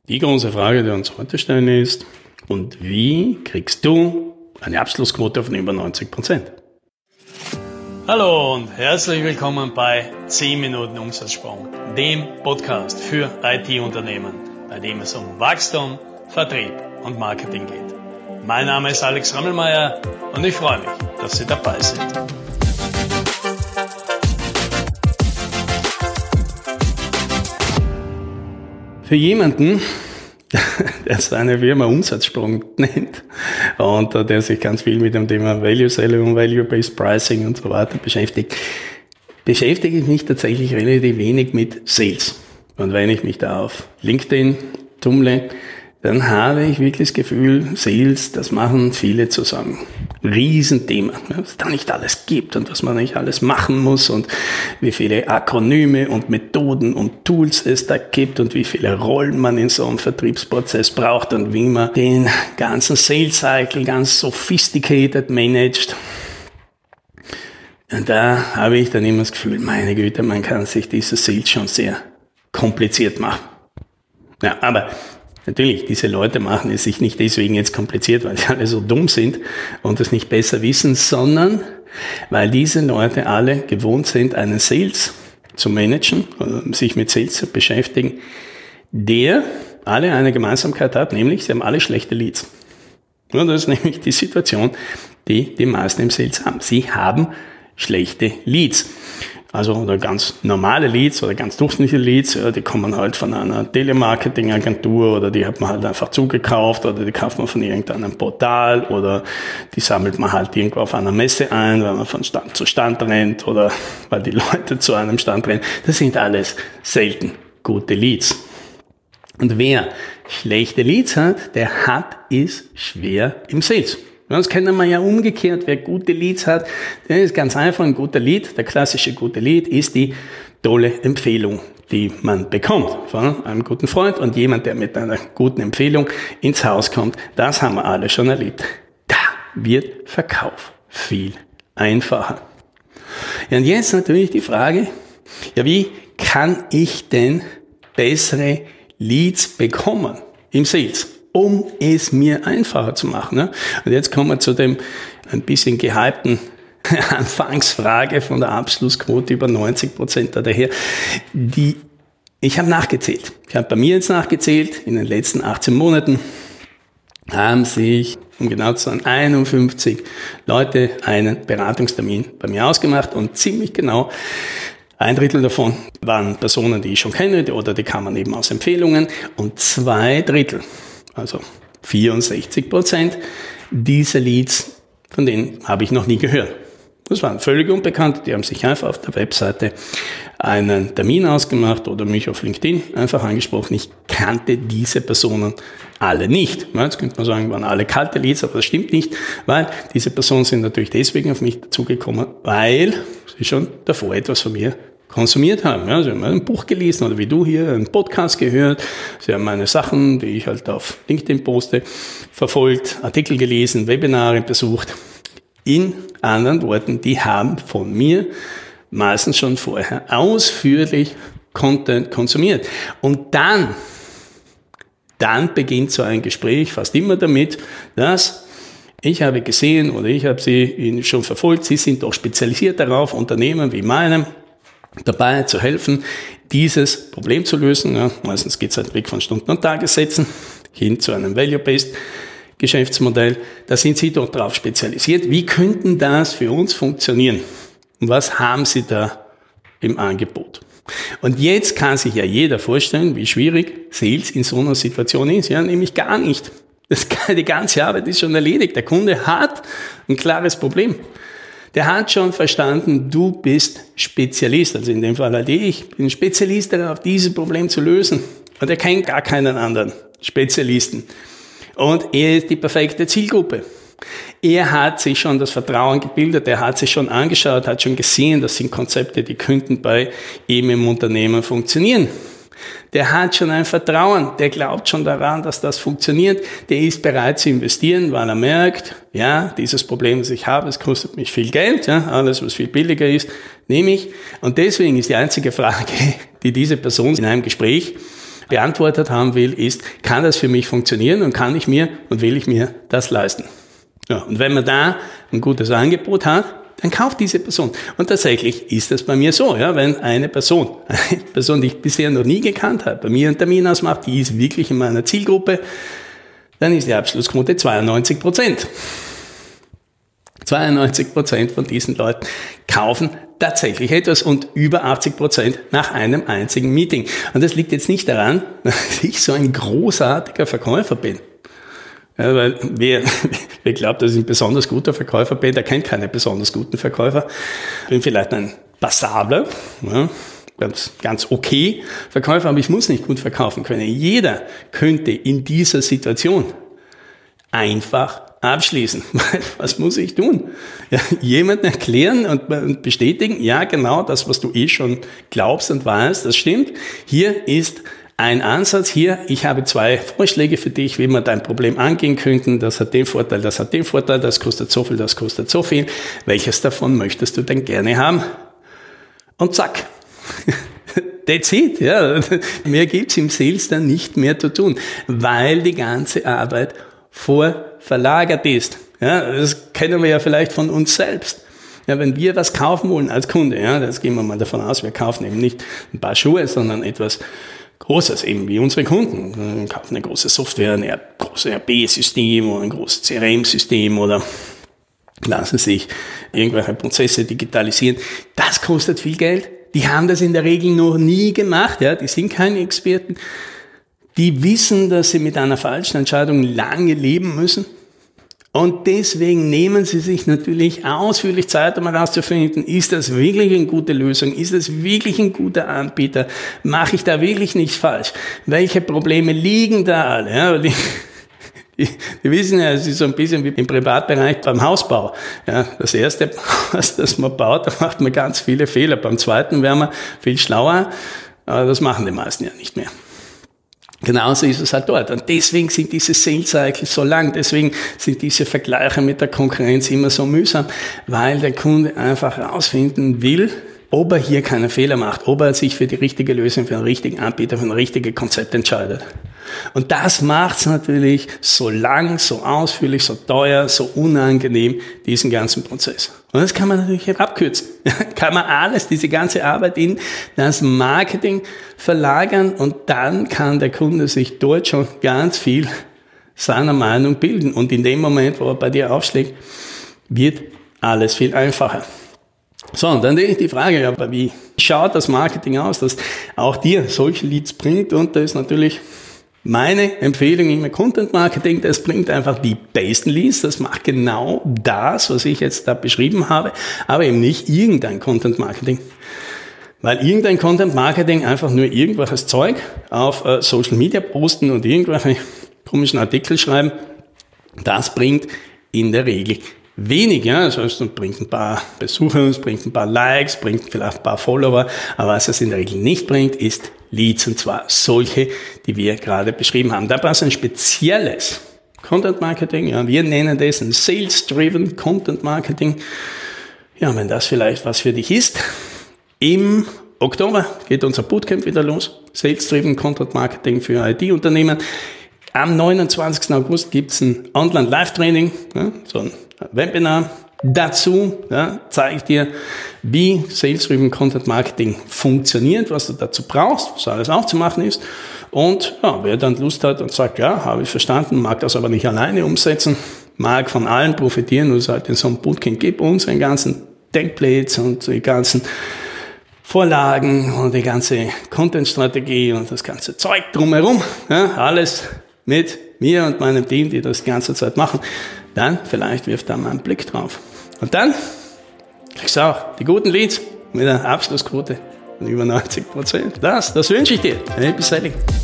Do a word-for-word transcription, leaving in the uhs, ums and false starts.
Die große Frage, die wir uns heute stellen, ist, und wie kriegst du eine Abschlussquote von über neunzig Prozent? Hallo und herzlich willkommen bei zehn Minuten Umsatzsprung, dem Podcast für I T-Unternehmen, bei dem es um Wachstum, Vertrieb und Marketing geht. Mein Name ist Alex Rammelmeier und ich freue mich, dass Sie dabei sind. Für jemanden, der seine Firma Umsatzsprung nennt und der sich ganz viel mit dem Thema Value Selling und Value-Based Pricing und so weiter beschäftigt, beschäftige ich mich tatsächlich relativ wenig mit Sales. Und wenn ich mich da auf LinkedIn tummle, dann habe ich wirklich das Gefühl, Sales, das machen viele zusammen. Riesenthema, was es da nicht alles gibt und was man nicht alles machen muss und wie viele Akronyme und Methoden und Tools es da gibt und wie viele Rollen man in so einem Vertriebsprozess braucht und wie man den ganzen Sales Cycle ganz sophisticated managt. Und da habe ich dann immer das Gefühl, meine Güte, man kann sich dieses Sales schon sehr kompliziert machen. Ja, aber natürlich, diese Leute machen es sich nicht deswegen jetzt kompliziert, weil sie alle so dumm sind und es nicht besser wissen, sondern weil diese Leute alle gewohnt sind, einen Sales zu managen, sich mit Sales zu beschäftigen, der alle eine Gemeinsamkeit hat, nämlich sie haben alle schlechte Leads. Und das ist nämlich die Situation, die die meisten im Sales haben. Sie haben schlechte Leads. Also oder ganz normale Leads oder ganz durchschnittliche Leads, ja, die kommen halt von einer Telemarketing-Agentur oder die hat man halt einfach zugekauft oder die kauft man von irgendeinem Portal oder die sammelt man halt irgendwo auf einer Messe ein, weil man von Stand zu Stand rennt oder weil die Leute zu einem Stand rennen. Das sind alles selten gute Leads. Und wer schlechte Leads hat, der hat es schwer im Sales. Das kennen wir ja umgekehrt, wer gute Leads hat, der ist ganz einfach ein guter Lead. Der klassische gute Lead ist die tolle Empfehlung, die man bekommt von einem guten Freund und jemand, der mit einer guten Empfehlung ins Haus kommt. Das haben wir alle schon erlebt. Da wird Verkauf viel einfacher. Ja, und jetzt natürlich die Frage, ja, wie kann ich denn bessere Leads bekommen im Sales, um es mir einfacher zu machen. Ne? Und jetzt kommen wir zu dem ein bisschen gehypten Anfangsfrage von der Abschlussquote über neunzig Prozent daher. Die, ich habe nachgezählt. Ich habe bei mir jetzt nachgezählt, in den letzten achtzehn Monaten haben sich, um genau zu sein, einundfünfzig Leute einen Beratungstermin bei mir ausgemacht und ziemlich genau ein Drittel davon waren Personen, die ich schon kenne oder die kamen eben aus Empfehlungen und zwei Drittel, also vierundsechzig Prozent dieser Leads, von denen habe ich noch nie gehört. Das waren völlig Unbekannte, die haben sich einfach auf der Webseite einen Termin ausgemacht oder mich auf LinkedIn einfach angesprochen. Ich kannte diese Personen alle nicht. Jetzt könnte man sagen, waren alle kalte Leads, aber das stimmt nicht, weil diese Personen sind natürlich deswegen auf mich dazugekommen, weil sie schon davor etwas von mir konsumiert haben. Ja, sie haben ein Buch gelesen oder wie du hier einen Podcast gehört. Sie haben meine Sachen, die ich halt auf LinkedIn poste, verfolgt, Artikel gelesen, Webinare besucht. In anderen Worten, die haben von mir meistens schon vorher ausführlich Content konsumiert. Und dann, dann beginnt so ein Gespräch fast immer damit, dass ich habe gesehen oder ich habe sie schon verfolgt, sie sind doch spezialisiert darauf, Unternehmen wie meinem dabei zu helfen, dieses Problem zu lösen. Ja, meistens geht es halt weg von Stunden- und Tagessätzen hin zu einem Value-Based Geschäftsmodell. Da sind Sie dort drauf spezialisiert. Wie könnten das für uns funktionieren? Und was haben Sie da im Angebot? Und jetzt kann sich ja jeder vorstellen, wie schwierig Sales in so einer Situation ist. Ja, nämlich gar nicht. Das, die ganze Arbeit ist schon erledigt. Der Kunde hat ein klares Problem. Der hat schon verstanden, du bist Spezialist, also in dem Fall halt ich, bin Spezialist darauf, dieses Problem zu lösen. Und er kennt gar keinen anderen Spezialisten. Und er ist die perfekte Zielgruppe. Er hat sich schon das Vertrauen gebildet, er hat sich schon angeschaut, hat schon gesehen, das sind Konzepte, die könnten bei ihm im Unternehmen funktionieren. Der hat schon ein Vertrauen, der glaubt schon daran, dass das funktioniert, der ist bereit zu investieren, weil er merkt, ja, dieses Problem, das ich habe, es kostet mich viel Geld, ja, alles, was viel billiger ist, nehme ich. Und deswegen ist die einzige Frage, die diese Person in einem Gespräch beantwortet haben will, ist, kann das für mich funktionieren und kann ich mir und will ich mir das leisten? Ja, und wenn man da ein gutes Angebot hat, dann kauft diese Person. Und tatsächlich ist das bei mir so, ja, wenn eine Person, eine Person, die ich bisher noch nie gekannt habe, bei mir einen Termin ausmacht, die ist wirklich in meiner Zielgruppe, dann ist die Abschlussquote zweiundneunzig Prozent. zweiundneunzig Prozent von diesen Leuten kaufen tatsächlich etwas und über achtzig Prozent nach einem einzigen Meeting. Und das liegt jetzt nicht daran, dass ich so ein großartiger Verkäufer bin. Ja, weil wer, wer glaubt, dass ich ein besonders guter Verkäufer bin, der kennt keine besonders guten Verkäufer. Ich bin vielleicht ein passabler, ja, ganz, ganz okay Verkäufer, aber ich muss nicht gut verkaufen können. Jeder könnte in dieser Situation einfach abschließen. Was muss ich tun? Ja, jemandem erklären und bestätigen, ja genau, das, was du eh schon glaubst und weißt, das stimmt. Hier ist ein Ansatz, hier, ich habe zwei Vorschläge für dich, wie wir dein Problem angehen könnten. Das hat den Vorteil, das hat den Vorteil, das kostet so viel, das kostet so viel. Welches davon möchtest du denn gerne haben? Und zack. That's it, ja. Mehr gibt's im Sales dann nicht mehr zu tun, weil die ganze Arbeit vorverlagert ist. Ja, das kennen wir ja vielleicht von uns selbst. Ja, wenn wir was kaufen wollen als Kunde, ja, das gehen wir mal davon aus, wir kaufen eben nicht ein paar Schuhe, sondern etwas Großes, eben wie unsere Kunden. Wir kaufen eine große Software, ein großes E R P-System oder ein großes C R M-System oder lassen sich irgendwelche Prozesse digitalisieren. Das kostet viel Geld. Die haben das in der Regel noch nie gemacht. Ja, die sind keine Experten. Die wissen, dass sie mit einer falschen Entscheidung lange leben müssen. Und deswegen nehmen sie sich natürlich ausführlich Zeit, um herauszufinden, ist das wirklich eine gute Lösung? Ist das wirklich ein guter Anbieter? Mache ich da wirklich nichts falsch? Welche Probleme liegen da alle? Ja, die, die, die wissen ja, es ist so ein bisschen wie im Privatbereich beim Hausbau. Ja, das erste Haus, das man baut, da macht man ganz viele Fehler. Beim zweiten wäre man viel schlauer, aber das machen die meisten ja nicht mehr. Genauso ist es halt dort. Und deswegen sind diese Sales Cycles so lang. Deswegen sind diese Vergleiche mit der Konkurrenz immer so mühsam, weil der Kunde einfach herausfinden will, ob er hier keine Fehler macht, ob er sich für die richtige Lösung, für den richtigen Anbieter, für ein richtiges Konzept entscheidet. Und das macht es natürlich so lang, so ausführlich, so teuer, so unangenehm, diesen ganzen Prozess. Und das kann man natürlich abkürzen. Kann man alles, diese ganze Arbeit in das Marketing verlagern und dann kann der Kunde sich dort schon ganz viel seiner Meinung bilden. Und in dem Moment, wo er bei dir aufschlägt, wird alles viel einfacher. So, und dann die Frage, aber wie schaut das Marketing aus, dass auch dir solche Leads bringt? Und da ist natürlich meine Empfehlung im Content Marketing, das bringt einfach die besten Leads, das macht genau das, was ich jetzt da beschrieben habe, aber eben nicht irgendein Content Marketing. Weil irgendein Content Marketing einfach nur irgendwelches Zeug auf äh, Social Media posten und irgendwelche komischen Artikel schreiben, das bringt in der Regel wenig, ja, das heißt, es bringt ein paar Besucher, es bringt ein paar Likes, bringt vielleicht ein paar Follower, aber was es in der Regel nicht bringt, ist Leads, und zwar solche, die wir gerade beschrieben haben. Da brauchst du ein spezielles Content Marketing, ja, wir nennen das ein Sales-Driven Content Marketing. Ja, wenn das vielleicht was für dich ist, im Oktober geht unser Bootcamp wieder los, Sales-Driven Content Marketing für I T-Unternehmen. Am neunundzwanzigsten August gibt's ein Online-Live-Training, ja, so ein Webinar. Dazu ja, zeige ich dir, wie Sales-Driven Content Marketing funktioniert, was du dazu brauchst, was alles aufzumachen ist. Und ja, wer dann Lust hat und sagt, ja, habe ich verstanden, mag das aber nicht alleine umsetzen, mag von allen profitieren, was es halt in so einem Bootcamp gibt, unsere ganzen Templates und die ganzen Vorlagen und die ganze Content-Strategie und das ganze Zeug drumherum, ja, alles mit mir und meinem Team, die das die ganze Zeit machen, dann vielleicht wirft da mal einen Blick drauf. Und dann kriegst du auch die guten Leads mit einer Abschlussquote von über neunzig Prozent. Das, das wünsche ich dir. Happy Selling.